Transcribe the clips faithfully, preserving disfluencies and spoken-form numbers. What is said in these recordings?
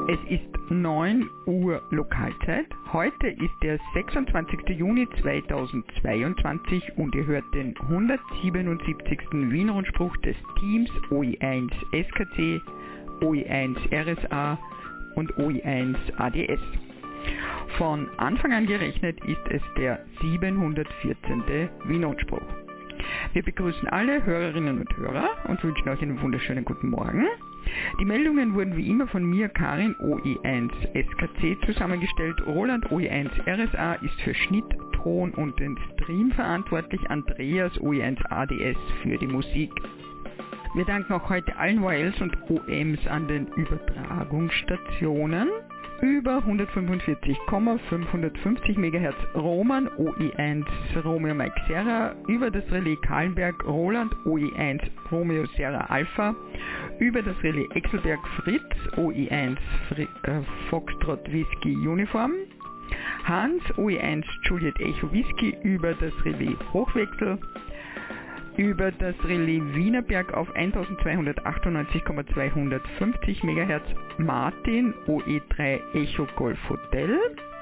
Es ist neun Uhr Lokalzeit. Heute ist der sechsundzwanzigster Juni zweitausendzweiundzwanzig und ihr hört den hundertsiebenundsiebzigsten Wien-Rundspruch des Teams O I eins S K C, O I eins R S A und O I eins A D S. Von Anfang an gerechnet ist es der siebenhundertvierzehnte Wien-Rundspruch. Wir begrüßen alle Hörerinnen und Hörer und wünschen euch einen wunderschönen guten Morgen. Die Meldungen wurden wie immer von mir, Karin, O I eins S K C, zusammengestellt. Roland, O I eins R S A, ist für Schnitt, Ton und den Stream verantwortlich. Andreas, O I eins A D S, für die Musik. Wir danken auch heute allen O Ls und O Ms an den Übertragungsstationen. Über hundertfünfundvierzig Komma fünfhundertfünfzig Megahertz Roman, O I eins Romeo Mike Serra, über das Relais Kahlenberg Roland, O I eins Romeo Serra Alpha, über das Relais Exelberg Fritz, O I eins Fri äh, Foxtrot Whisky Uniform, Hans, O I eins Juliet Echo Whisky, über das Relais Hochwechsel, über das Relais Wienerberg auf eintausendzweihundertachtundneunzig Komma zweihundertfünfzig Megahertz Martin, O E drei Echo Golf Hotel,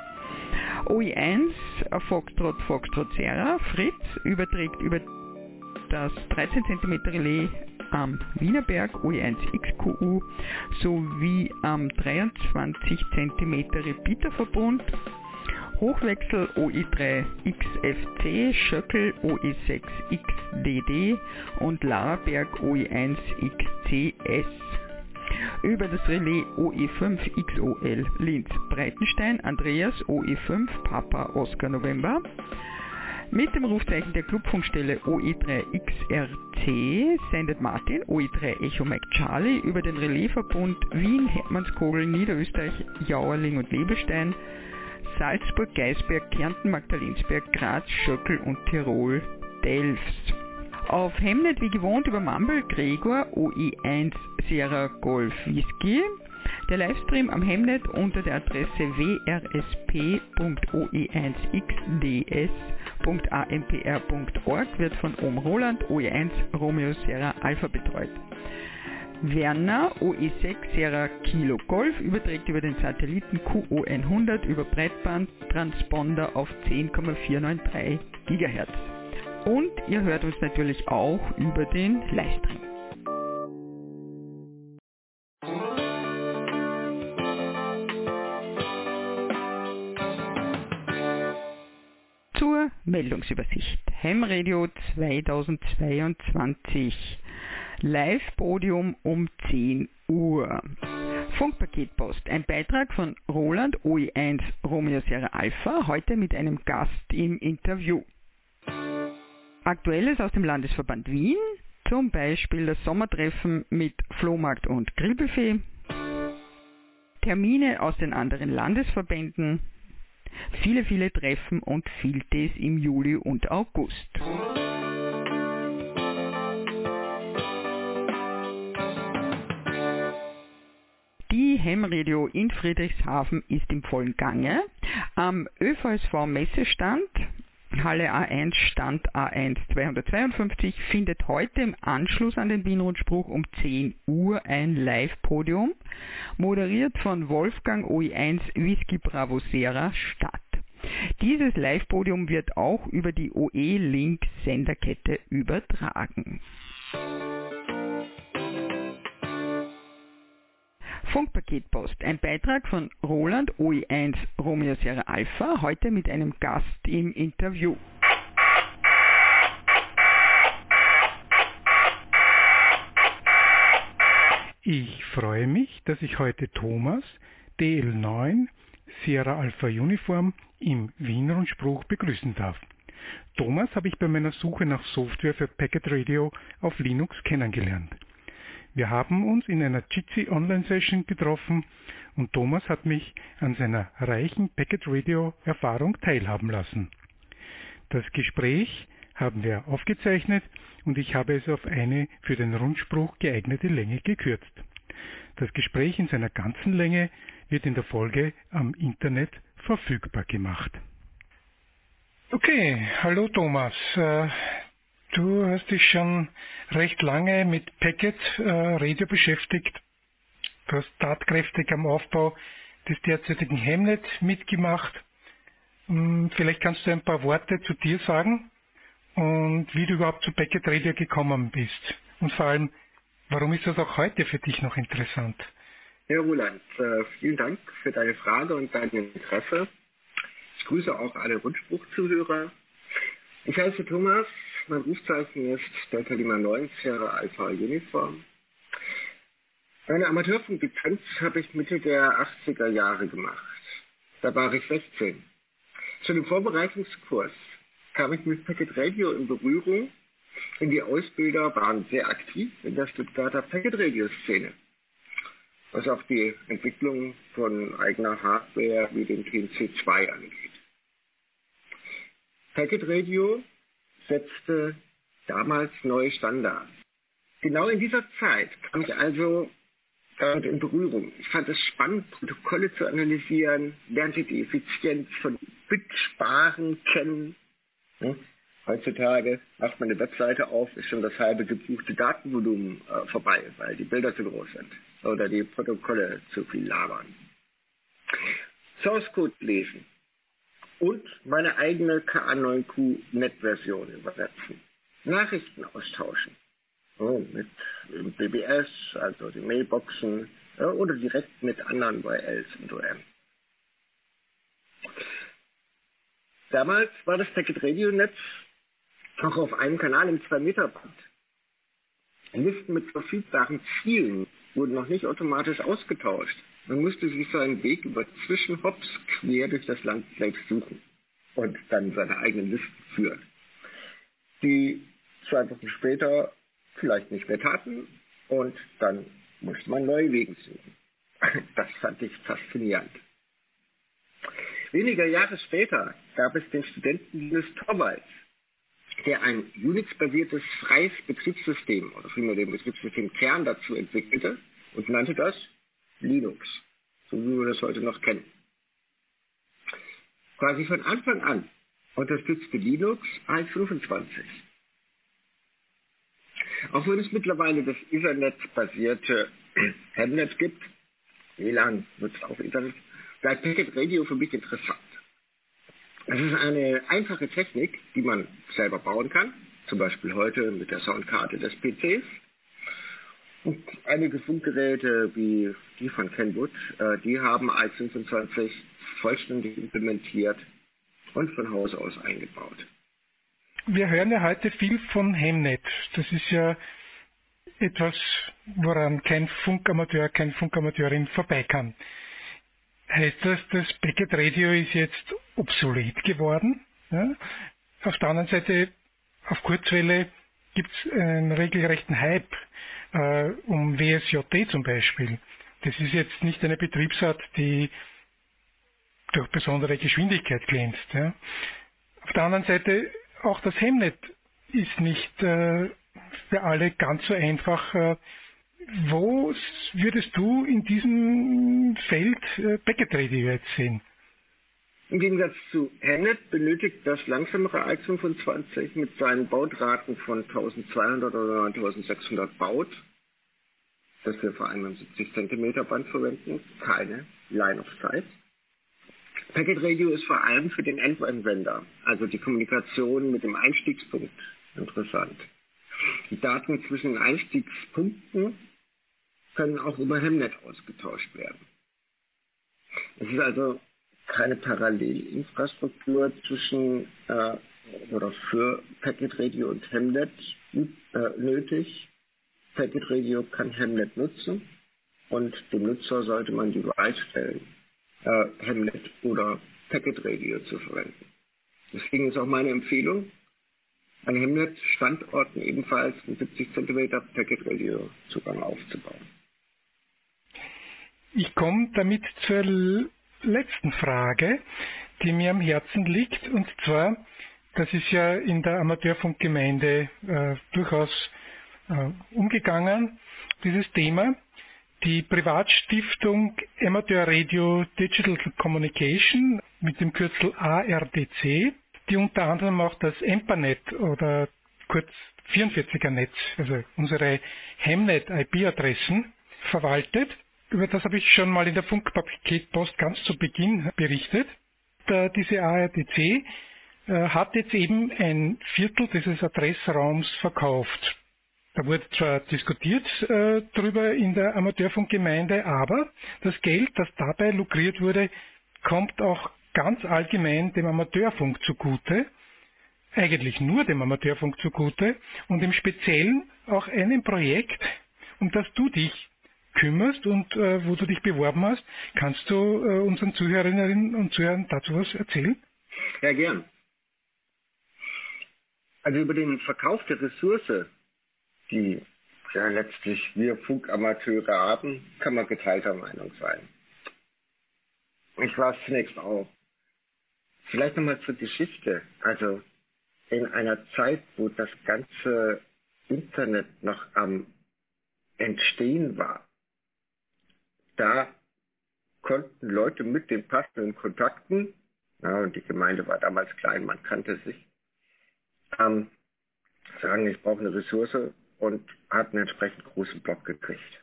O I eins Foxtrot Foxtrot Serra Fritz überträgt über das dreizehn Zentimeter Relais am Wienerberg O I eins X Q U sowie am dreiundzwanzig Zentimeter Repeaterverbund, Hochwechsel O I drei X F C, Schöckel O I sechs X D D und Laberberg O I eins X C S. Über das Relais O I fünf X O L Linz Breitenstein, Andreas O I fünf Papa Oscar November. Mit dem Rufzeichen der Clubfunkstelle O I drei X R C sendet Martin O I drei Echo Mike Charlie über den Relaisverbund Wien, Hermannskogel, Niederösterreich, Jauerling und Lebelstein, Salzburg, Geisberg, Kärnten, Magdalensberg, Graz, Schöckel und Tirol, Delfs. Auf Hemnet wie gewohnt über Mumble Gregor O I eins Sierra Golf Whisky. Der Livestream am Hemnet unter der Adresse w r s p punkt o i eins x d s punkt a m p r punkt org wird von Om Roland O I eins Romeo Sierra Alpha betreut. Werner O I sechs Sierra Kilo Golf überträgt über den Satelliten Q O hundert über Breitbandtransponder auf zehn Komma vierhundertdrei Gigahertz. Und ihr hört uns natürlich auch über den Livestream. Zur Meldungsübersicht. Ham-Radio zweitausendzweiundzwanzig. Live-Podium um zehn Uhr. Funkpaketpost. Ein Beitrag von Roland O I eins Romeo Sierra Alpha, heute mit einem Gast im Interview. Aktuelles aus dem Landesverband Wien, zum Beispiel das Sommertreffen mit Flohmarkt und Grillbuffet. Termine aus den anderen Landesverbänden. Viele, viele Treffen und Vieltes im Juli und August. Die Ham-Radio in Friedrichshafen ist im vollen Gange. Am Ö V S V-Messestand, Halle A eins, Stand A eins zweihundertzweiundfünfzig, findet heute im Anschluss an den Wien-Rundspruch um zehn Uhr ein Live-Podium, moderiert von Wolfgang O I eins Whisky Bravo Sierra, statt. Dieses Live-Podium wird auch über die O E-Link-Senderkette übertragen. Funkpaketpost. Ein Beitrag von Roland O I eins Romeo Sierra Alpha, heute mit einem Gast im Interview. Ich freue mich, dass ich heute Thomas, D L neun, Sierra Alpha Uniform, im Wien-Rundspruch begrüßen darf. Thomas habe ich bei meiner Suche nach Software für Packet Radio auf Linux kennengelernt. Wir haben uns in einer Jitsi Online-Session getroffen und Thomas hat mich an seiner reichen Packet Radio-Erfahrung teilhaben lassen. Das Gespräch haben wir aufgezeichnet und ich habe es auf eine für den Rundspruch geeignete Länge gekürzt. Das Gespräch in seiner ganzen Länge wird in der Folge am Internet verfügbar gemacht. Okay, hallo Thomas. Du hast dich schon recht lange mit Packet Radio beschäftigt Du hast tatkräftig am Aufbau des derzeitigen Hemnet mitgemacht. Vielleicht kannst du ein paar Worte zu dir sagen und wie du überhaupt zu Packet Radio gekommen bist. Und vor allem, warum ist das auch heute für dich noch interessant? Ja, Roland, äh, vielen Dank für deine Frage und dein Interesse. Ich grüße auch alle Rundspruch-Zuhörer. Ich heiße Thomas, mein Rufzeichen ist Delta Lima neun, Sierra Alpha Uniform. Meine Amateurfunklizenz habe ich Mitte der achtziger Jahre gemacht. Da war ich sechzehn. Schon im Vorbereitungskurs kam ich mit Packet Radio in Berührung, denn die Ausbilder waren sehr aktiv in der Stuttgarter Packet Radio Szene, was auch die Entwicklung von eigener Hardware wie dem T N C zwei angeht. Packet Radio setzte damals neue Standards. Genau in dieser Zeit kam ich also damit in Berührung. Ich fand es spannend, Protokolle zu analysieren, lernte die Effizienz von Bitsparen kennen. Hm? Heutzutage macht man eine Webseite auf, ist schon das halbe gebuchte Datenvolumen äh, vorbei, weil die Bilder zu groß sind oder die Protokolle zu viel labern. Source Code lesen und meine eigene K A neun Q Net-Version übersetzen. Nachrichten austauschen. Oh, mit B B S, also die Mailboxen, ja, oder direkt mit anderen Y Ls und O M. Damals war das Packet Radio Netz noch auf einem Kanal im zwei Meter Band. Listen mit verfügbaren Zielen wurden noch nicht automatisch ausgetauscht. Man musste sich seinen Weg über Zwischenhops quer durch das Land selbst suchen und dann seine eigenen Listen führen, die zwei Wochen später vielleicht nicht mehr taten und dann musste man neue Wege suchen. Das fand ich faszinierend. Wenige Jahre später gab es den Studenten Linus Torvalds, der ein Unix-basiertes freies Betriebssystem oder vielmehr den Betriebssystemkern dazu entwickelte und nannte das Linux, so wie wir das heute noch kennen. Quasi von Anfang an unterstützte Linux A S fünfundzwanzig. Auch wenn es mittlerweile das Ethernet-basierte Hemnet gibt, W L A N nutzt auch Ethernet, bleibt Packet Radio für mich interessant. Es ist eine einfache Technik, die man selber bauen kann, zum Beispiel heute mit der Soundkarte des P Cs. Und einige Funkgeräte wie die von Kenwood, äh, die haben A S fünfundzwanzig vollständig implementiert und von Haus aus eingebaut. Wir hören ja heute viel von Hemnet. Das ist ja etwas, woran kein Funkamateur, keine Funkamateurin vorbei kann. Heißt das, das Packet Radio ist jetzt obsolet geworden? Ja? Auf der anderen Seite, auf Kurzwelle gibt es einen regelrechten Hype äh, um W S J T zum Beispiel. Das ist jetzt nicht eine Betriebsart, die durch besondere Geschwindigkeit glänzt. Ja? Auf der anderen Seite, auch das Hemnet ist nicht äh, für alle ganz so einfach. Äh, wo würdest du in diesem Feld äh, Packet Radio jetzt sehen? Im Gegensatz zu Hemnet benötigt das langsamere A S fünfundzwanzig mit seinen Bautraten von eintausendzweihundert oder neuntausendsechshundert Baud, das wir vor allem im siebzig Zentimeter Band verwenden, keine Line of Sight. Packet Radio ist vor allem für den Endanwender, also die Kommunikation mit dem Einstiegspunkt, interessant. Die Daten zwischen den Einstiegspunkten können auch über Hemnet ausgetauscht werden. Es ist also keine Parallelinfrastruktur zwischen äh, oder für Packet Radio und Hemnet äh, nötig. Packet Radio kann Hemnet nutzen und dem Nutzer sollte man die Wahl stellen, äh, Hemnet oder Packet Radio zu verwenden. Deswegen ist auch meine Empfehlung, an Hemnet-Standorten ebenfalls mit siebzig Zentimeter Packet Radio Zugang aufzubauen. Ich komme damit zur letzten Frage, die mir am Herzen liegt, und zwar, das ist ja in der Amateurfunkgemeinde äh, durchaus äh, umgegangen, dieses Thema. Die Privatstiftung Amateur Radio Digital Communication mit dem Kürzel A R D C, die unter anderem auch das Empanet oder kurz vierundvierziger Netz, also unsere Hemnet-I P-Adressen verwaltet, über das habe ich schon mal in der Funkpaketpost ganz zu Beginn berichtet. Da diese A R D C äh, hat jetzt eben ein Viertel dieses Adressraums verkauft. Da wurde zwar diskutiert äh, darüber in der Amateurfunkgemeinde, aber das Geld, das dabei lukriert wurde, kommt auch ganz allgemein dem Amateurfunk zugute, eigentlich nur dem Amateurfunk zugute und im Speziellen auch einem Projekt, um das du dich kümmerst und äh, wo du dich beworben hast. Kannst du äh, unseren Zuhörerinnen und Zuhörern dazu was erzählen? Ja, gern. Also über den Verkauf der Ressource, die ja letztlich wir Funkamateure haben, kann man geteilter Meinung sein. Ich war es zunächst auch. Vielleicht nochmal zur Geschichte. Also in einer Zeit, wo das ganze Internet noch am Entstehen war, da konnten Leute mit den passenden Kontakten, ja, und die Gemeinde war damals klein, man kannte sich, ähm, sagen, ich brauche eine Ressource und hat einen entsprechend großen Block gekriegt.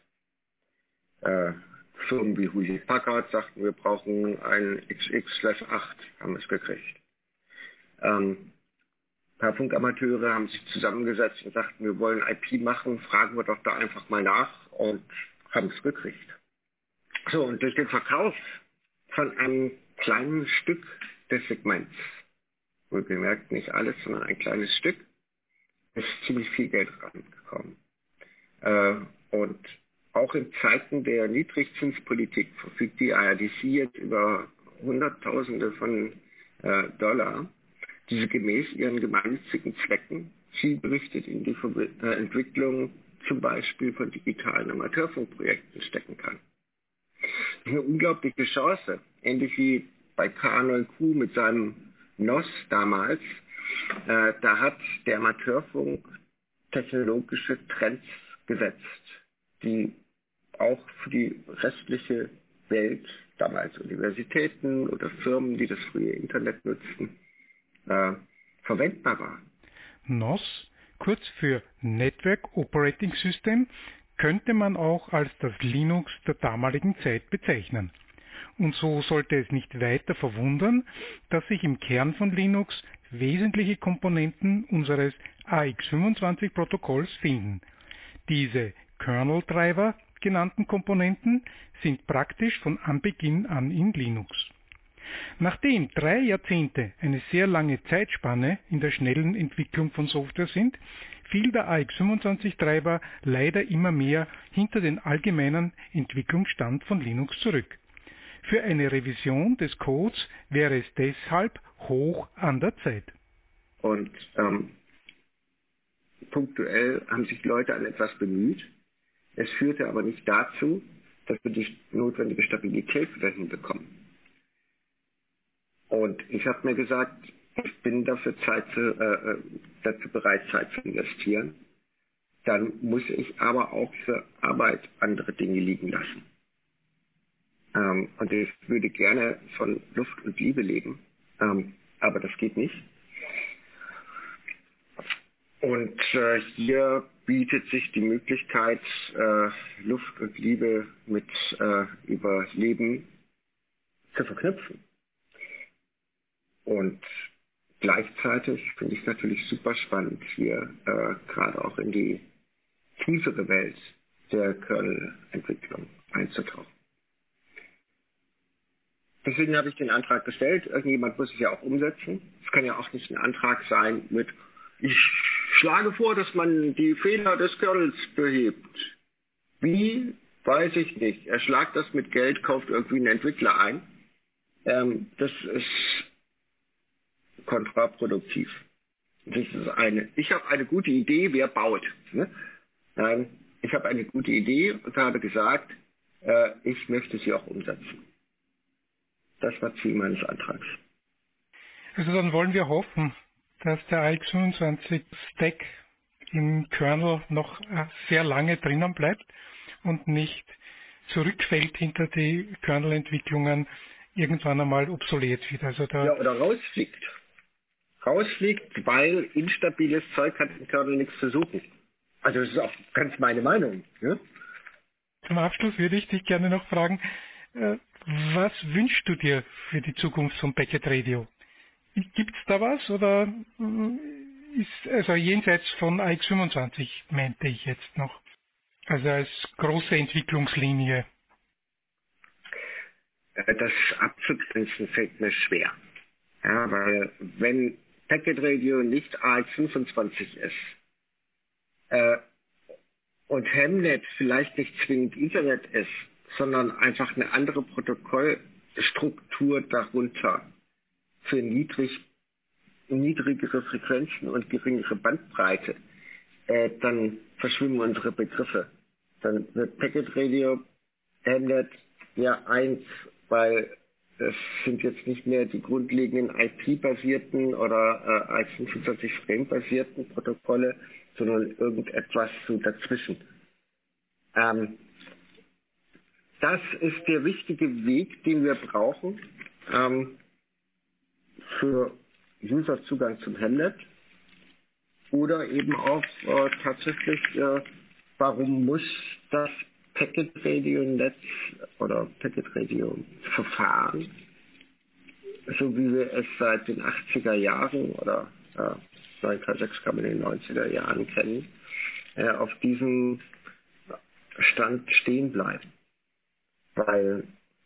Äh, Firmen wie Hewlett Packard sagten, wir brauchen einen X X acht, haben es gekriegt. Ähm, ein paar Funkamateure haben sich zusammengesetzt und sagten, wir wollen I P machen, fragen wir doch da einfach mal nach und haben es gekriegt. So, und durch den Verkauf von einem kleinen Stück des Segments, wohlgemerkt nicht alles, sondern ein kleines Stück, ist ziemlich viel Geld rangekommen. Äh, und auch in Zeiten der Niedrigzinspolitik verfügt die A R D C jetzt über Hunderttausende von äh, Dollar, die sie gemäß ihren gemeinnützigen Zwecken zielgerichtet in die Ver äh, Entwicklung zum Beispiel von digitalen Amateurfunkprojekten stecken kann. Das ist eine unglaubliche Chance, ähnlich wie bei K neun Q mit seinem N O S damals. Äh, da hat der Amateurfunk technologische Trends gesetzt, die auch für die restliche Welt, damals Universitäten oder Firmen, die das frühe Internet nutzten, äh, verwendbar waren. N O S, kurz für Network Operating System, könnte man auch als das Linux der damaligen Zeit bezeichnen. Und so sollte es nicht weiter verwundern, dass sich im Kern von Linux wesentliche Komponenten unseres A X fünfundzwanzig Protokolls finden. Diese Kernel-Treiber genannten Komponenten sind praktisch von Anbeginn an in Linux. Nachdem drei Jahrzehnte eine sehr lange Zeitspanne in der schnellen Entwicklung von Software sind, fiel der A X fünfundzwanzig Treiber leider immer mehr hinter den allgemeinen Entwicklungsstand von Linux zurück. Für eine Revision des Codes wäre es deshalb hoch an der Zeit. Und ähm, punktuell haben sich Leute an etwas bemüht. Es führte aber nicht dazu, dass wir die notwendige Stabilität wieder hinbekommen. Und ich habe mir gesagt, ich bin dafür Zeit zu, äh, dazu bereit, Zeit zu investieren. Dann muss ich aber auch für Arbeit andere Dinge liegen lassen. Ähm, und ich würde gerne von Luft und Liebe leben, ähm, aber das geht nicht. Und äh, hier bietet sich die Möglichkeit, äh, Luft und Liebe mit äh, Überleben zu verknüpfen. Und gleichzeitig finde ich es natürlich super spannend, hier äh, gerade auch in die tiefere Welt der Kernel-Entwicklung einzutauchen. Deswegen habe ich den Antrag gestellt. Irgendjemand muss es ja auch umsetzen. Es kann ja auch nicht ein Antrag sein mit, ich schlage vor, dass man die Fehler des Kernels behebt. Wie? Weiß ich nicht. Er schlagt das mit Geld, kauft irgendwie einen Entwickler ein. Ähm, das ist kontraproduktiv. Das ist eine, ich habe eine gute Idee, wer baut? Ne? Nein, ich habe eine gute Idee und habe gesagt, äh, ich möchte sie auch umsetzen. Das war Ziel meines Antrags. Also dann wollen wir hoffen, dass der A X fünfundzwanzig Stack im Kernel noch sehr lange drinnen bleibt und nicht zurückfällt hinter die Kernel-Entwicklungen, irgendwann einmal obsolet wird. Also da ja, oder rausfliegt. Rausfliegt, weil instabiles Zeug hat im Kernel nichts zu suchen. Also das ist auch ganz meine Meinung. Ja? zum Abschluss würde ich dich gerne noch fragen, äh, was wünschst du dir für die Zukunft von Packet Radio? Gibt es da was oder äh, ist, also jenseits von A X fünfundzwanzig meinte ich jetzt noch, also als große Entwicklungslinie? Das abzugrenzen fällt mir schwer. Ja, weil wenn Packet Radio nicht A X fünfundzwanzig ist äh, und Hemnet vielleicht nicht zwingend Ethernet ist, sondern einfach eine andere Protokollstruktur darunter für niedrig, niedrigere Frequenzen und geringere Bandbreite, äh, dann verschwimmen unsere Begriffe. Dann wird Packet Radio, Hemnet ja eins, weil es sind jetzt nicht mehr die grundlegenden I P-basierten oder äh, A X fünfundzwanzig Frame-basierten Protokolle, sondern irgendetwas so dazwischen. Ähm, das ist der wichtige Weg, den wir brauchen ähm, für User-Zugang zum Hemnet oder eben auch äh, tatsächlich, äh, warum muss das Packet Radio Netz oder Packet Radio Verfahren, so wie wir es seit den achtziger Jahren oder äh, neun K sechs kam in den neunziger Jahren kennen, äh, auf diesem Stand stehen bleiben. Weil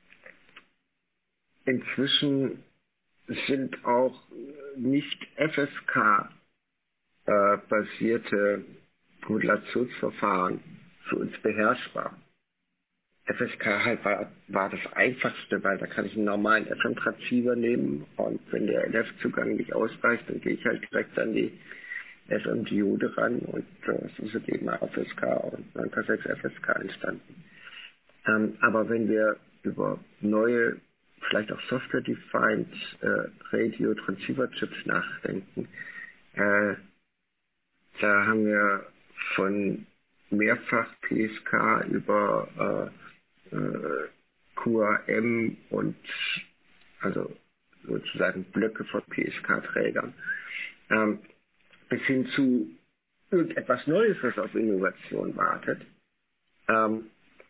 inzwischen sind auch nicht F S K äh, basierte Modulationsverfahren für uns beherrschbar. F S K halt war, war das einfachste, weil da kann ich einen normalen F M-Transceiver nehmen und wenn der L F-Zugang nicht ausreicht, dann gehe ich halt direkt an die F M-Diode ran und äh, so sind eben F S K und neun K sechs F S K entstanden. Ähm, aber wenn wir über neue, vielleicht auch Software-Defined äh, Radio-Transceiver-Chips nachdenken, äh, da haben wir von mehrfach P S K über äh, äh, Q A M und also sozusagen Blöcke von P S K-Trägern ähm, bis hin zu irgendetwas Neues, was auf Innovation wartet. Ähm,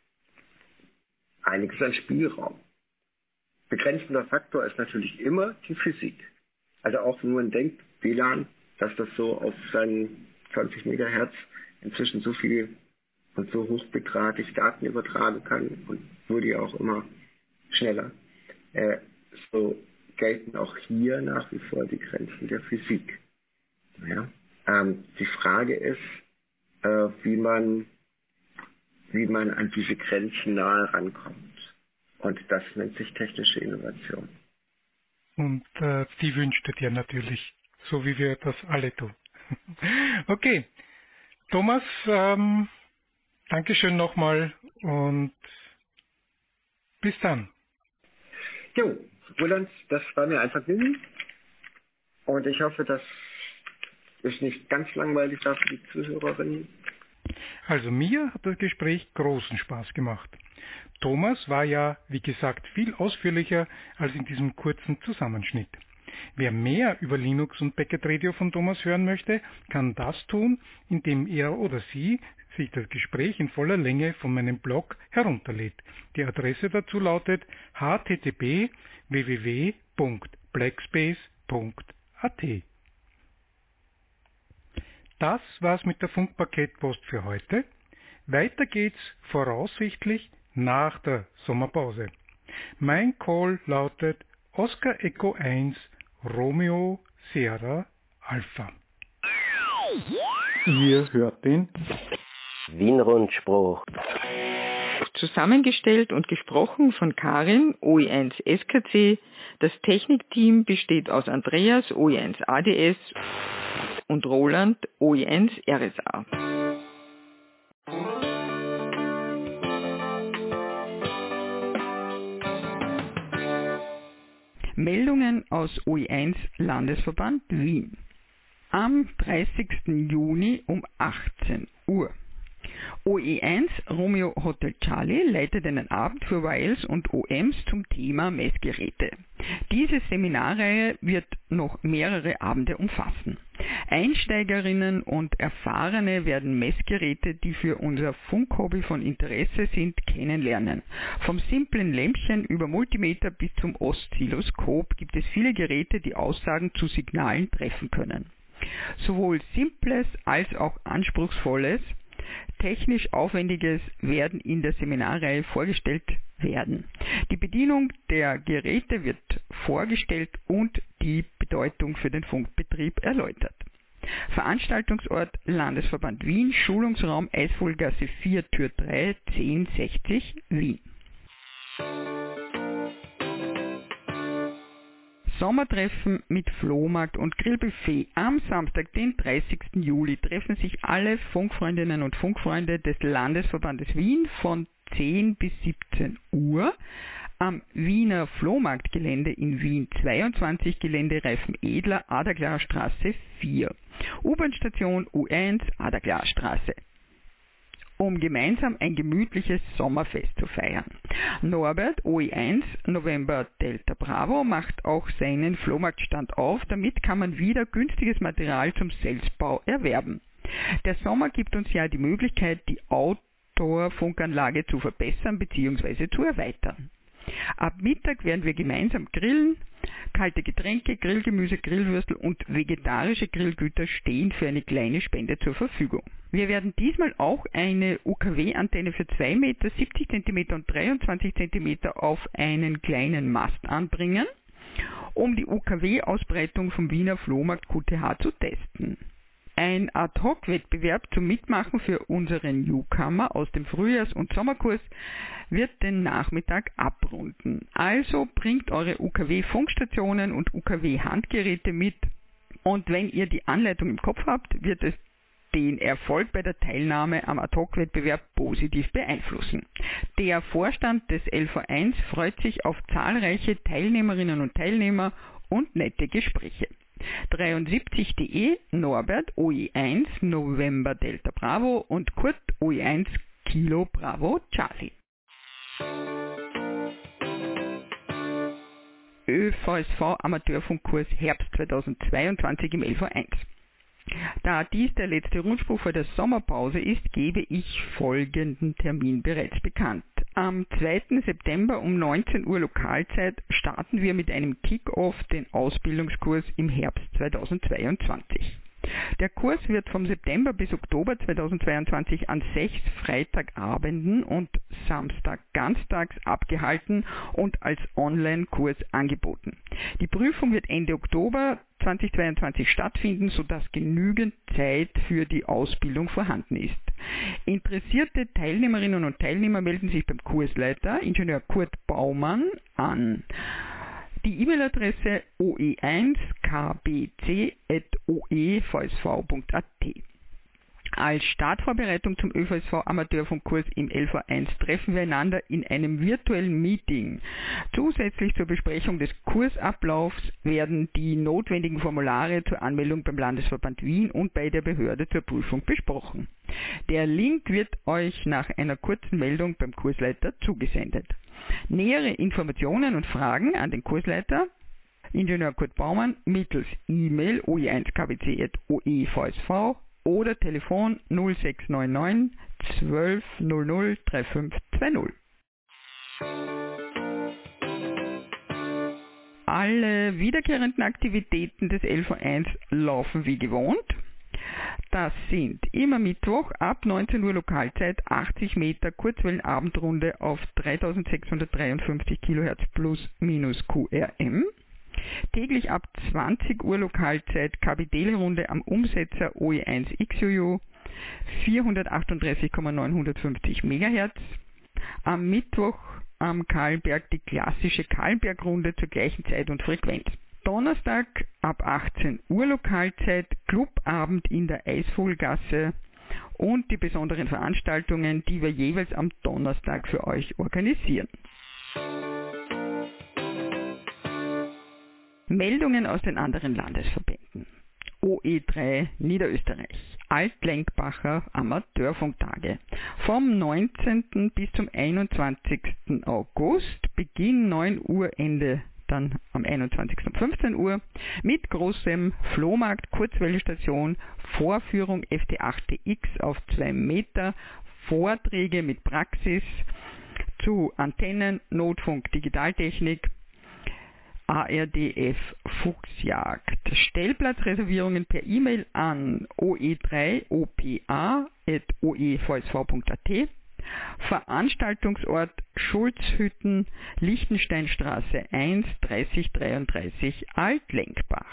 einiges an Spielraum. Begrenzender Faktor ist natürlich immer die Physik. Also auch wenn man denkt, W L A N, dass das so auf seinen zwanzig Megahertz inzwischen so viel und so hochbetragig Daten übertragen kann und wurde ja auch immer schneller. Äh, so gelten auch hier nach wie vor die Grenzen der Physik. Ja? Ähm, die Frage ist, äh, wie man wie man an diese Grenzen nahe rankommt. Und das nennt sich technische Innovation. Und äh, die wünscht dir natürlich, so wie wir das alle tun. Okay, Thomas, ähm, Dankeschön nochmal und bis dann. Jo, Roland, das war mir ein Vergnügen. Und ich hoffe, dass es nicht ganz langweilig war für die Zuhörerinnen. Also mir hat das Gespräch großen Spaß gemacht. Thomas war ja, wie gesagt, viel ausführlicher als in diesem kurzen Zusammenschnitt. Wer mehr über Linux und Packet Radio von Thomas hören möchte, kann das tun, indem er oder sie sich das Gespräch in voller Länge von meinem Blog herunterlädt. Die Adresse dazu lautet h t t p w w w punkt blackspace punkt a t. Das war's mit der Funkpaketpost für heute. Weiter geht's voraussichtlich nach der Sommerpause. Mein Call lautet Oscar Echo eins Romeo Sierra Alpha. Ihr hört den Wien-Rundspruch. Zusammengestellt und gesprochen von Karin, O E eins S K C. Das Technikteam besteht aus Andreas, O E eins A D S und Roland, O E eins R S A. Meldungen aus O E eins Landesverband Wien. Am dreißigsten Juni um achtzehn Uhr. O E eins Romeo Hotel Charlie leitet einen Abend für Y Ls und O Ms zum Thema Messgeräte. Diese Seminarreihe wird noch mehrere Abende umfassen. Einsteigerinnen und Erfahrene werden Messgeräte, die für unser Funkhobby von Interesse sind, kennenlernen. Vom simplen Lämpchen über Multimeter bis zum Oszilloskop gibt es viele Geräte, die Aussagen zu Signalen treffen können. Sowohl Simples als auch Anspruchsvolles, technisch Aufwendiges werden in der Seminarreihe vorgestellt werden. Die Bedienung der Geräte wird vorgestellt und die Bedeutung für den Funkbetrieb erläutert. Veranstaltungsort Landesverband Wien, Schulungsraum Eisvogelgasse vier, Tür drei, zehn sechzig, Wien. Sommertreffen mit Flohmarkt und Grillbuffet. Am Samstag, den dreißigsten Juli, treffen sich alle Funkfreundinnen und Funkfreunde des Landesverbandes Wien von zehn bis siebzehn Uhr am Wiener Flohmarktgelände in Wien zweiundzwanzig, Gelände Reifenedler, Adaglarer Straße vier. U-Bahn-Station U eins, Adaglarer Straße, um gemeinsam ein gemütliches Sommerfest zu feiern. Norbert, O E eins, November Delta Bravo, macht auch seinen Flohmarktstand auf. Damit kann man wieder günstiges Material zum Selbstbau erwerben. Der Sommer gibt uns ja die Möglichkeit, die Outdoor-Funkanlage zu verbessern bzw. zu erweitern. Ab Mittag werden wir gemeinsam grillen. Kalte Getränke, Grillgemüse, Grillwürstel und vegetarische Grillgüter stehen für eine kleine Spende zur Verfügung. Wir werden diesmal auch eine U K W-Antenne für zwei Meter, siebzig Zentimeter und dreiundzwanzig Zentimeter auf einen kleinen Mast anbringen, um die U K W-Ausbreitung vom Wiener Flohmarkt Q T H zu testen. Ein Ad-Hoc-Wettbewerb zum Mitmachen für unsere Newcomer aus dem Frühjahrs- und Sommerkurs wird den Nachmittag abrunden. Also bringt eure U K W-Funkstationen und U K W-Handgeräte mit, und wenn ihr die Anleitung im Kopf habt, wird es den Erfolg bei der Teilnahme am Ad-Hoc-Wettbewerb positiv beeinflussen. Der Vorstand des L V eins freut sich auf zahlreiche Teilnehmerinnen und Teilnehmer und nette Gespräche. dreiundsiebzig.de Norbert O E eins November Delta Bravo und Kurt O E eins Kilo Bravo Charlie. Ö V S V Amateurfunkkurs Herbst zweitausendzweiundzwanzig im L V eins. Da dies der letzte Rundspruch vor der Sommerpause ist, gebe ich folgenden Termin bereits bekannt. Am zweiten September um neunzehn Uhr Lokalzeit starten wir mit einem Kick-Off den Ausbildungskurs im Herbst zweitausendzweiundzwanzig. Der Kurs wird vom September bis Oktober zweitausendzweiundzwanzig an sechs Freitagabenden und Samstag ganztags abgehalten und als Online-Kurs angeboten. Die Prüfung wird Ende Oktober zweitausendzweiundzwanzig stattfinden, sodass genügend Zeit für die Ausbildung vorhanden ist. Interessierte Teilnehmerinnen und Teilnehmer melden sich beim Kursleiter, Ingenieur Kurt Baumann, an. Die E-Mail-Adresse o e eins k b c at o e v s v punkt a t. Als Startvorbereitung zum Ö V S V Amateurfunkkurs im L V eins treffen wir einander in einem virtuellen Meeting. Zusätzlich zur Besprechung des Kursablaufs werden die notwendigen Formulare zur Anmeldung beim Landesverband Wien und bei der Behörde zur Prüfung besprochen. Der Link wird euch nach einer kurzen Meldung beim Kursleiter zugesendet. Nähere Informationen und Fragen an den Kursleiter Ingenieur Kurt Baumann mittels E-Mail o e eins k b c at o e v s v oder Telefon null sechs neun neun zwölf null null drei fünf zwei null. Alle wiederkehrenden Aktivitäten des L V eins laufen wie gewohnt. Das sind immer Mittwoch ab neunzehn Uhr Lokalzeit achtzig Meter Kurzwellenabendrunde auf dreitausendsechshundertdreiundfünfzig Kilohertz plus minus Q R M. Täglich ab zwanzig Uhr Lokalzeit K B D-Runde am Umsetzer O E eins X U U vierhundertachtunddreißig neunhundertfünfzig Megahertz. Am Mittwoch am Kahlenberg die klassische Kahlenberg-Runde zur gleichen Zeit und Frequenz. Donnerstag ab achtzehn Uhr Lokalzeit Clubabend in der Eisvogelgasse und die besonderen Veranstaltungen, die wir jeweils am Donnerstag für euch organisieren. Meldungen aus den anderen Landesverbänden. O E drei Niederösterreich, Altlenkbacher Amateurfunktage. Vom neunzehnten bis zum einundzwanzigsten August, Beginn neun Uhr, Ende dann am einundzwanzigsten um fünfzehn Uhr, mit großem Flohmarkt, Kurzwellenstation, Vorführung F T acht T X auf zwei Meter, Vorträge mit Praxis zu Antennen, Notfunk, Digitaltechnik, A R D F Fuchsjagd. Stellplatzreservierungen per E-Mail an o e drei o p a at o e v s v punkt a t. Veranstaltungsort Schulzhütten, Lichtensteinstraße eins, dreißig dreiunddreißig Altlenkbach.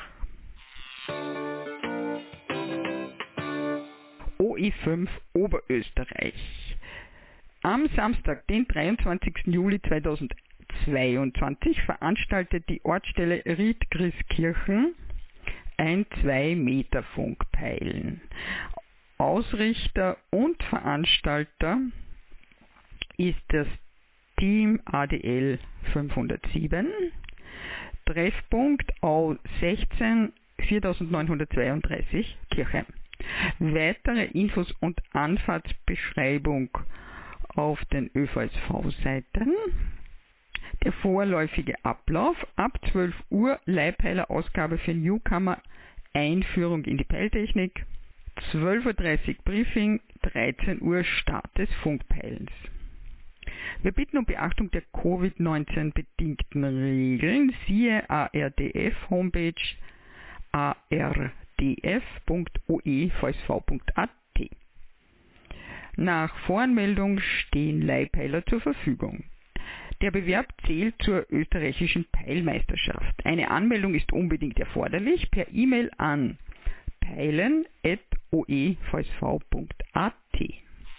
O E fünf Oberösterreich. Am Samstag, den dreiundzwanzigsten Juli zweitausendzweiundzwanzig, veranstaltet die Ortsstelle Riedgrieskirchen ein zwei Meter Funkpeilen. Ausrichter und Veranstalter ist das Team A D L fünfhundertsieben. Treffpunkt A sechzehn viertausendneunhundertzweiunddreißig Kirchheim. Weitere Infos und Anfahrtsbeschreibung auf den Ö V S V-Seiten. Der vorläufige Ablauf: ab zwölf Uhr Leihpeiler-Ausgabe für Newcomer, Einführung in die Peiltechnik, zwölf Uhr dreißig Briefing, dreizehn Uhr Start des Funkpeilens. Wir bitten um Beachtung der Covid neunzehn bedingten Regeln, siehe A R D F Homepage a r d f punkt o e v s v punkt a t. Nach Voranmeldung stehen Leihpeiler zur Verfügung. Der Bewerb zählt zur österreichischen Peilmeisterschaft. Eine Anmeldung ist unbedingt erforderlich per E-Mail an peilen at o e v s v punkt a t.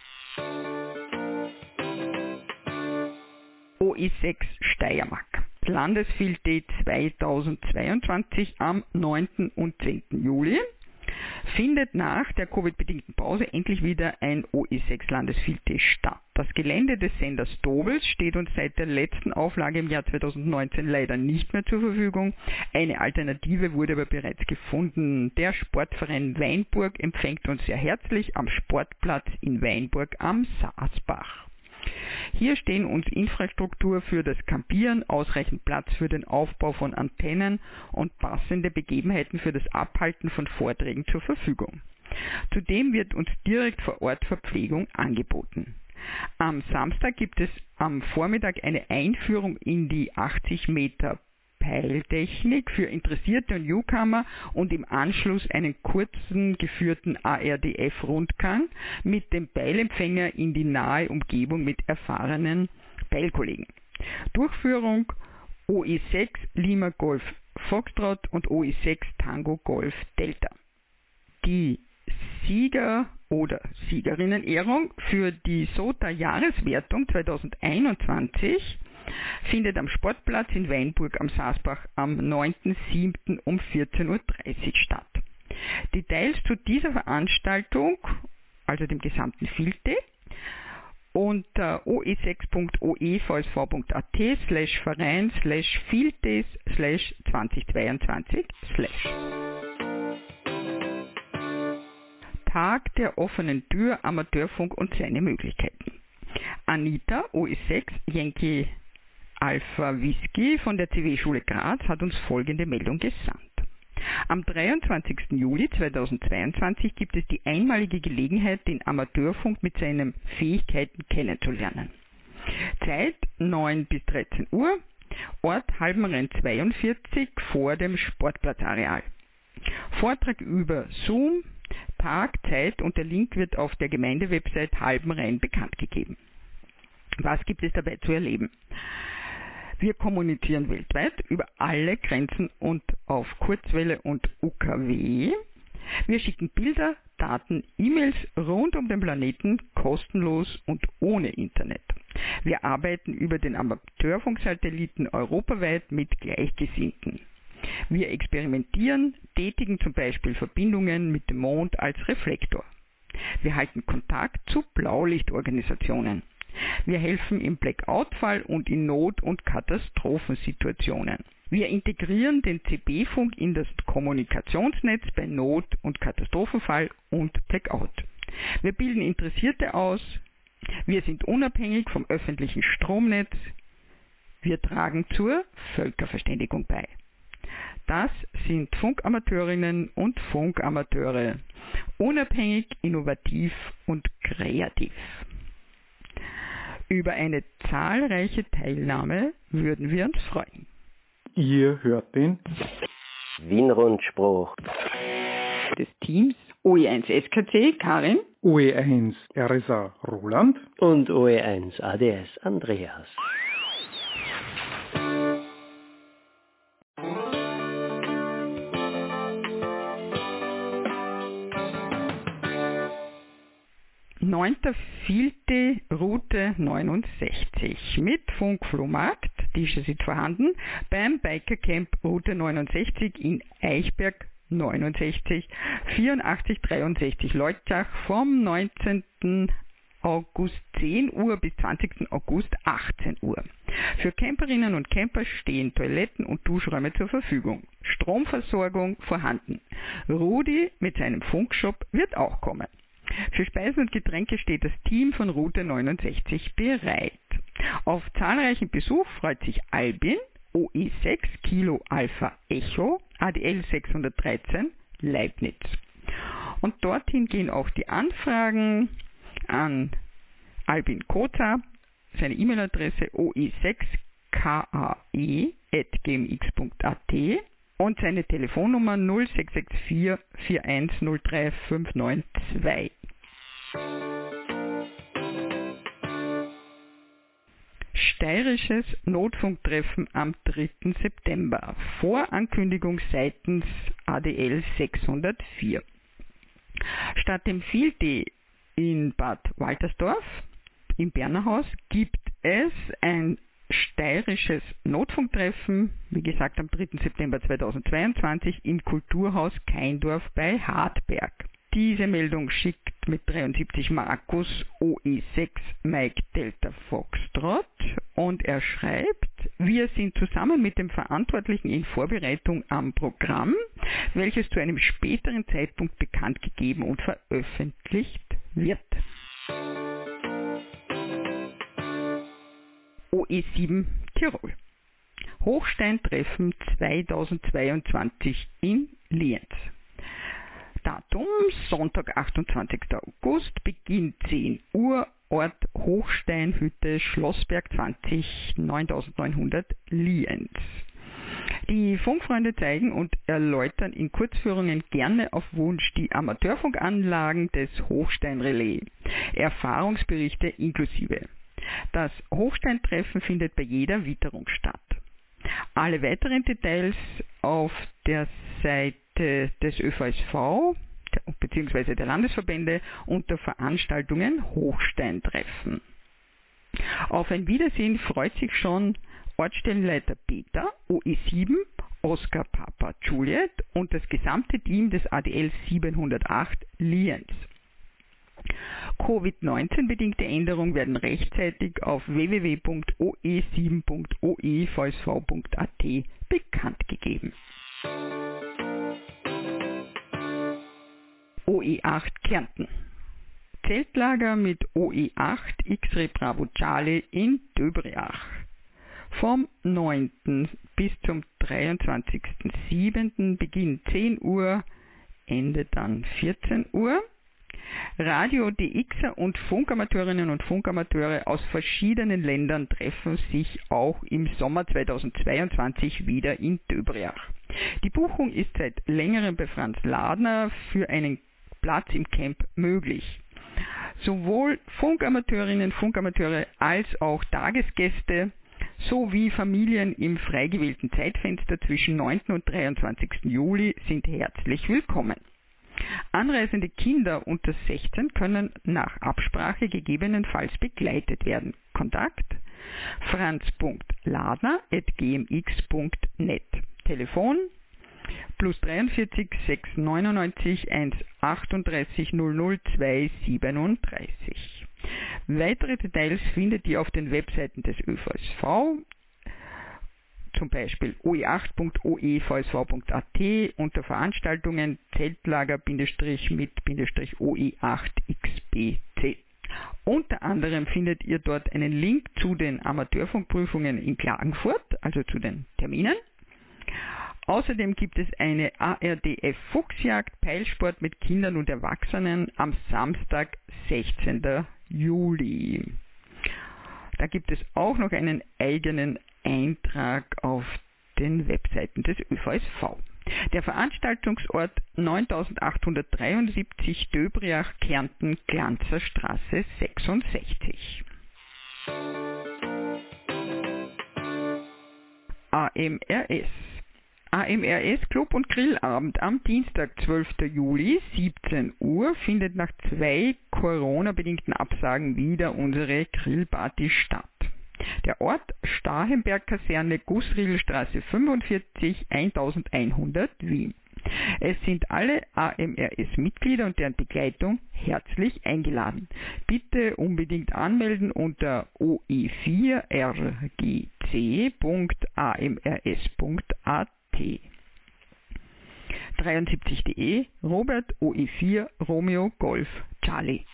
O E sechs Steiermark. Landesfilte zweitausendzweiundzwanzig am neunten und zehnten Juli. Findet nach der Covid-bedingten Pause endlich wieder ein O E sechs Landesfilte statt. Das Gelände des Senders Dobels steht uns seit der letzten Auflage im Jahr zweitausendneunzehn leider nicht mehr zur Verfügung. Eine Alternative wurde aber bereits gefunden. Der Sportverein Weinburg empfängt uns sehr herzlich am Sportplatz in Weinburg am Saasbach. Hier stehen uns Infrastruktur für das Campieren, ausreichend Platz für den Aufbau von Antennen und passende Begebenheiten für das Abhalten von Vorträgen zur Verfügung. Zudem wird uns direkt vor Ort Verpflegung angeboten. Am Samstag gibt es am Vormittag eine Einführung in die achtzig Meter Peiltechnik für interessierte und Newcomer und im Anschluss einen kurzen geführten A R D F-Rundgang mit dem Peilempfänger in die nahe Umgebung mit erfahrenen Peilkollegen. Durchführung O E sechs Lima Golf Foxtrot und O E sechs Tango Golf Delta. Die Sieger- oder Siegerinnenehrung für die S O T A-Jahreswertung zweitausendeinundzwanzig findet am Sportplatz in Weinburg am Saasbach am neunten siebten um vierzehn Uhr dreißig statt. Details zu dieser Veranstaltung, also dem gesamten Filte, unter o e sechs punkt o e v s v punkt a t slash verein slash filtes slash zweitausendzweiundzwanzig slash. Tag der offenen Tür, Amateurfunk und seine Möglichkeiten. Anita, O E sechs, Yankee Alpha Whisky von der C W-Schule Graz hat uns folgende Meldung gesandt. Am dreiundzwanzigsten Juli zweitausendzweiundzwanzig gibt es die einmalige Gelegenheit, den Amateurfunk mit seinen Fähigkeiten kennenzulernen. Zeit neun bis dreizehn Uhr, Ort Halbenrenn zweiundvierzig vor dem Sportplatzareal. Vortrag über Zoom, Tag, Zeit und der Link wird auf der Gemeindewebsite Halbenrhein bekannt gegeben. Was gibt es dabei zu erleben? Wir kommunizieren weltweit über alle Grenzen und auf Kurzwelle und U K W. Wir schicken Bilder, Daten, E-Mails rund um den Planeten kostenlos und ohne Internet. Wir arbeiten über den Amateurfunksatelliten europaweit mit Gleichgesinnten. Wir experimentieren, tätigen zum Beispiel Verbindungen mit dem Mond als Reflektor. Wir halten Kontakt zu Blaulichtorganisationen. Wir helfen im Blackout-Fall und in Not- und Katastrophensituationen. Wir integrieren den C B-Funk in das Kommunikationsnetz bei Not- und Katastrophenfall und Blackout. Wir bilden Interessierte aus. Wir sind unabhängig vom öffentlichen Stromnetz. Wir tragen zur Völkerverständigung bei. Das sind Funkamateurinnen und Funkamateure. Unabhängig, innovativ und kreativ. Über eine zahlreiche Teilnahme würden wir uns freuen. Ihr hört den Wienrundspruch des Teams O E eins S K C Karin, O E eins R S A Roland und O E eins A D S Andreas. neunter vierte Route neunundsechzig mit Funkflohmarkt, die ist jetzt vorhanden, beim Bikercamp Route neunundsechzig in Eichberg neunundsechzig, vierundachtzig dreiundsechzig Leutzach vom neunzehnten August zehn Uhr bis zwanzigsten August achtzehn Uhr. Für Camperinnen und Camper stehen Toiletten und Duschräume zur Verfügung. Stromversorgung vorhanden. Rudi mit seinem Funkshop wird auch kommen. Für Speisen und Getränke steht das Team von Route neunundsechzig bereit. Auf zahlreichen Besuch freut sich Albin, O E sechs Kilo Alpha Echo, A D L sechshundertdreizehn, Leibniz. Und dorthin gehen auch die Anfragen an Albin Koza, seine E-Mail-Adresse o e sechs k a e at gmx punkt a t und seine Telefonnummer null sechs sechs vier vier eins null drei fünf neun zwei. Steirisches Notfunktreffen am dritten September. Vorankündigung seitens A D L sechshundertvier. Statt dem Field Day in Bad Waltersdorf im Bernerhaus gibt es ein steirisches Notfunktreffen, wie gesagt am dritten September zweitausendzweiundzwanzig im Kulturhaus Keindorf bei Hartberg. Diese Meldung schickt mit dreiundsiebzig Markus O E sechs Mike Delta Foxtrot und er schreibt, wir sind zusammen mit dem Verantwortlichen in Vorbereitung am Programm, welches zu einem späteren Zeitpunkt bekannt gegeben und veröffentlicht wird. O E sieben Tirol. Hochsteintreffen zweitausendzweiundzwanzig in Lienz. Datum Sonntag, achtundzwanzigsten August, Beginn zehn Uhr, Ort Hochsteinhütte, Schlossberg zwanzig, neuntausendneunhundert Lienz. Die Funkfreunde zeigen und erläutern in Kurzführungen gerne auf Wunsch die Amateurfunkanlagen des Hochsteinrelais, Erfahrungsberichte inklusive. Das Hochsteintreffen findet bei jeder Witterung statt. Alle weiteren Details auf der Seite des Ö V S V bzw. der Landesverbände unter Veranstaltungen Hochsteintreffen. Auf ein Wiedersehen freut sich schon Ortsstellenleiter Peter, O E sieben, Oscar Papa Juliet und das gesamte Team des A D L siebenhundertacht Lienz. Covid neunzehn bedingte Änderungen werden rechtzeitig auf w w w punkt o e sieben punkt o e v s v punkt a t bekannt gegeben. O E acht Kärnten. Zeltlager mit O E acht X-Ray Bravo Charlie in Döbriach. Vom neunten bis zum dreiundzwanzigsten siebten Beginn zehn Uhr, Ende dann vierzehn Uhr. Radio D Xer und Funkamateurinnen und Funkamateure aus verschiedenen Ländern treffen sich auch im Sommer zweitausendzweiundzwanzig wieder in Döbriach. Die Buchung ist seit längerem bei Franz Ladner für einen Platz im Camp möglich. Sowohl Funkamateurinnen, Funkamateure als auch Tagesgäste sowie Familien im frei gewählten Zeitfenster zwischen neunten und dreiundzwanzigsten Juli sind herzlich willkommen. Anreisende Kinder unter sechzehn können nach Absprache gegebenenfalls begleitet werden. Kontakt franz punkt ladner at g m x punkt net. Telefon plus dreiundvierzig sechs neunundneunzig eins achtunddreißig null null zwei siebenunddreißig. Weitere Details findet ihr auf den Webseiten des Ö V S V, zum Beispiel o e acht punkt o e v s v punkt a t unter Veranstaltungen Zeltlager mit O E acht X B C. Unter anderem findet ihr dort einen Link zu den Amateurfunkprüfungen in Klagenfurt, also zu den Terminen. Außerdem gibt es eine A R D F Fuchsjagd Peilsport mit Kindern und Erwachsenen am Samstag, sechzehnten Juli. Da gibt es auch noch einen eigenen Eintrag auf den Webseiten des Ö V S V. Der Veranstaltungsort neuntausendachthundertdreiundsiebzig Döbriach, Kärnten, Glanzer Straße sechsundsechzig. A M R S. A M R S Club und Grillabend am Dienstag, zwölften Juli, siebzehn Uhr, findet nach zwei Corona-bedingten Absagen wieder unsere Grillparty statt. Der Ort Starhemberg-Kaserne, Gussriedelstraße fünfundvierzig, eintausendeinhundert, Wien. Es sind alle A M R S-Mitglieder und deren Begleitung herzlich eingeladen. Bitte unbedingt anmelden unter o e vier r g c punkt a m r s punkt a t. dreiundsiebzig punkt de Robert O E vier Romeo Golf Charlie.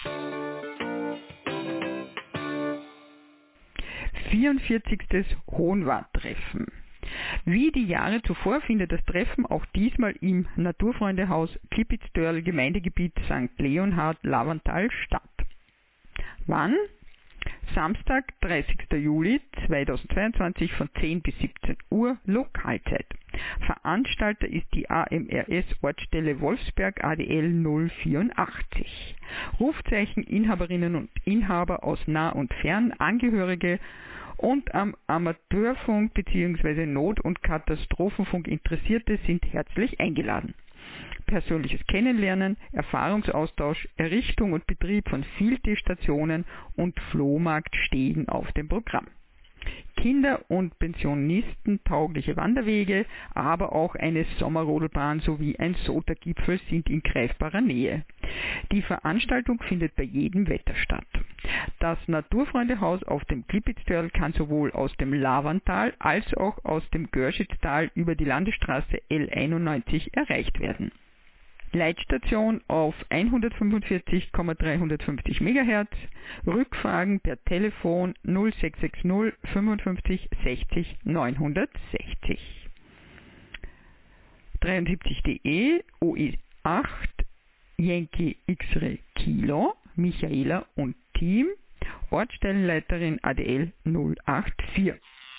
vierundvierzigstes Hohenwart-Treffen. Wie die Jahre zuvor findet das Treffen auch diesmal im Naturfreundehaus Klippitz-Dörl, Gemeindegebiet Sankt Leonhard, Lavantal statt. Wann? Samstag, dreißigsten Juli zweitausendzweiundzwanzig von zehn bis siebzehn Uhr, Lokalzeit. Veranstalter ist die A M R S Ortsstelle Wolfsberg A D L null vierundachtzig. Rufzeichen Inhaberinnen und Inhaber aus nah und fern, Angehörige und am Amateurfunk bzw. Not- und Katastrophenfunk Interessierte sind herzlich eingeladen. Persönliches Kennenlernen, Erfahrungsaustausch, Errichtung und Betrieb von Field-Stationen und Flohmarkt stehen auf dem Programm. Kinder- und Pensionisten taugliche Wanderwege, aber auch eine Sommerrodelbahn sowie ein Soda-Gipfel sind in greifbarer Nähe. Die Veranstaltung findet bei jedem Wetter statt. Das Naturfreundehaus auf dem Klippitztörl kann sowohl aus dem Lavantal als auch aus dem Görschitztal über die Landesstraße L einundneunzig erreicht werden. Leitstation auf hundertfünfundvierzig Komma dreihundertfünfzig Megahertz, Rückfragen per Telefon null sechs sechs null fünfundfünfzig sechzig neunhundertsechzig. dreiundsiebzig punkt de O E acht Yankee X-Ray Kilo, Michaela und Team, Ortsstellenleiterin A D L null acht vier.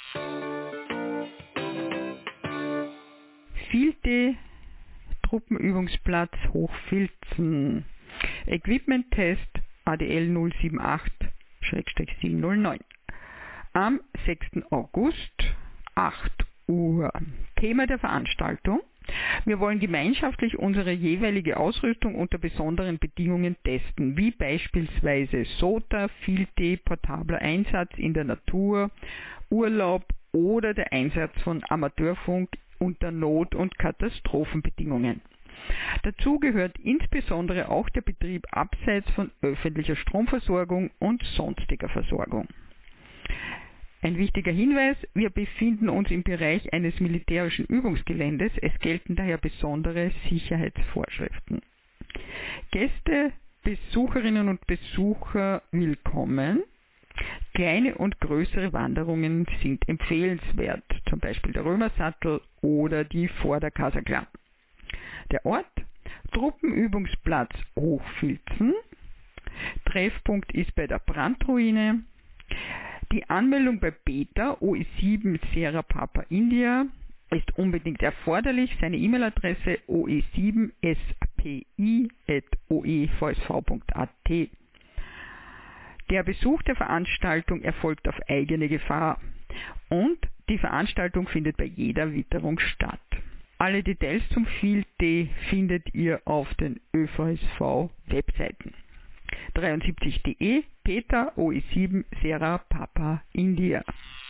Field-Day Truppenübungsplatz Hochfilzen. Equipment-Test A D L null sieben acht sieben null neun. Am sechsten August, acht Uhr. Thema der Veranstaltung: Wir wollen gemeinschaftlich unsere jeweilige Ausrüstung unter besonderen Bedingungen testen, wie beispielsweise S O T A, Field-Day, portabler Einsatz in der Natur, Urlaub oder der Einsatz von Amateurfunk unter Not- und Katastrophenbedingungen. Dazu gehört insbesondere auch der Betrieb abseits von öffentlicher Stromversorgung und sonstiger Versorgung. Ein wichtiger Hinweis: Wir befinden uns im Bereich eines militärischen Übungsgeländes, es gelten daher besondere Sicherheitsvorschriften. Gäste, Besucherinnen und Besucher willkommen. Kleine und größere Wanderungen sind empfehlenswert, zum Beispiel der Römersattel oder die Vorderkaserklar. Der Ort: Truppenübungsplatz Hochfilzen. Treffpunkt ist bei der Brandruine. Die Anmeldung bei Beta O E sieben Sierra Papa India ist unbedingt erforderlich. Seine E-Mail-Adresse o e sieben s p i at o e v s v punkt a t. Der Besuch der Veranstaltung erfolgt auf eigene Gefahr und die Veranstaltung findet bei jeder Witterung statt. Alle Details zum Field Day findet ihr auf den Ö V S V-Webseiten. dreiundsiebzig punkt de Peter O E sieben Sierra Papa India.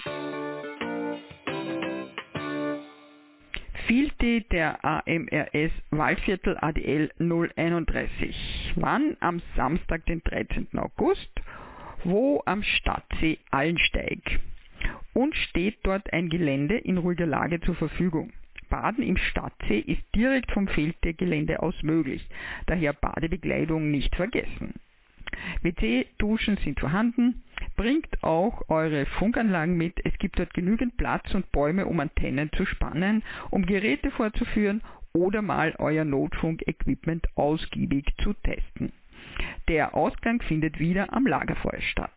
Field Day der A M R S Waldviertel A D L null einunddreißig. Wann? Am Samstag, den dreizehnten August. Wo? Am Stadtsee Allensteig. Und steht dort ein Gelände in ruhiger Lage zur Verfügung. Baden im Stadtsee ist direkt vom Field Day Gelände aus möglich, daher Badebekleidung nicht vergessen. W C, Duschen sind vorhanden. Bringt auch eure Funkanlagen mit. Es gibt dort genügend Platz und Bäume, um Antennen zu spannen, um Geräte vorzuführen oder mal euer Notfunk-Equipment ausgiebig zu testen. Der Ausgang findet wieder am Lagerfeuer statt.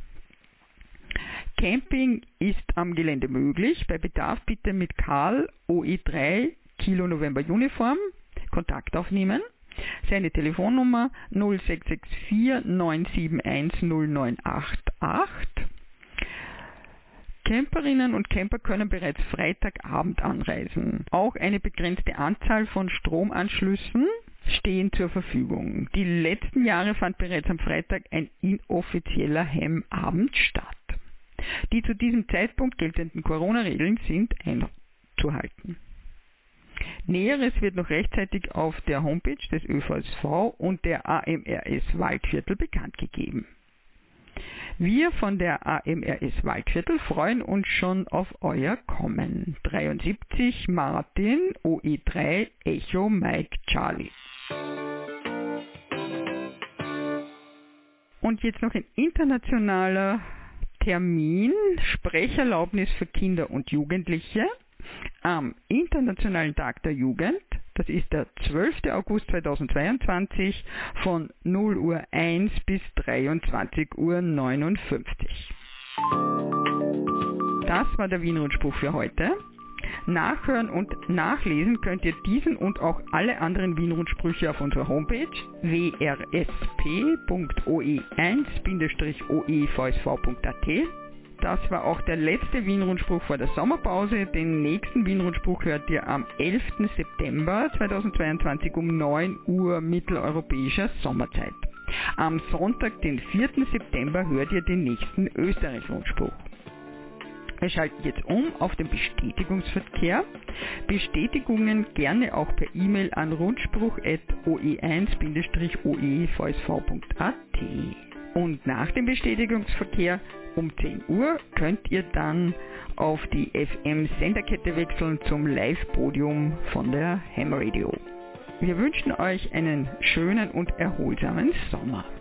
Camping ist am Gelände möglich. Bei Bedarf bitte mit Karl O E drei Kilo November Uniform Kontakt aufnehmen. Seine Telefonnummer null sechs sechs vier neun sieben eins null neun acht acht. Camperinnen und Camper können bereits Freitagabend anreisen. Auch eine begrenzte Anzahl von Stromanschlüssen stehen zur Verfügung. Die letzten Jahre fand bereits am Freitag ein inoffizieller Hemmabend statt. Die zu diesem Zeitpunkt geltenden Corona-Regeln sind einzuhalten. Näheres wird noch rechtzeitig auf der Homepage des Ö V S V und der A M R S Waldviertel bekannt gegeben. Wir von der A M R S Waldviertel freuen uns schon auf euer Kommen. dreiundsiebzig Martin O E drei Echo Mike Charlie. Und jetzt noch ein internationaler Termin, Sprecherlaubnis für Kinder und Jugendliche am Internationalen Tag der Jugend, das ist der zwölfter August zweitausendzweiundzwanzig von null Uhr eins bis dreiundzwanzig Uhr neunundfünfzig. Das war der Wien-Rundspruch für heute. Nachhören und nachlesen könnt ihr diesen und auch alle anderen Wien-Rundsprüche auf unserer Homepage w r s p punkt o e eins o e v s v punkt a t. Das war auch der letzte Wien-Rundspruch vor der Sommerpause. Den nächsten Wien-Rundspruch hört ihr am elften September zweitausendzweiundzwanzig um neun Uhr mitteleuropäischer Sommerzeit. Am Sonntag, den vierten September, hört ihr den nächsten Österreich-Rundspruch. Wir schalten jetzt um auf den Bestätigungsverkehr. Bestätigungen gerne auch per E-Mail an rundspruch at o e eins o e v s v punkt a t. Und nach dem Bestätigungsverkehr um zehn Uhr könnt ihr dann auf die F M-Senderkette wechseln zum Live-Podium von der Ham Radio. Wir wünschen euch einen schönen und erholsamen Sommer.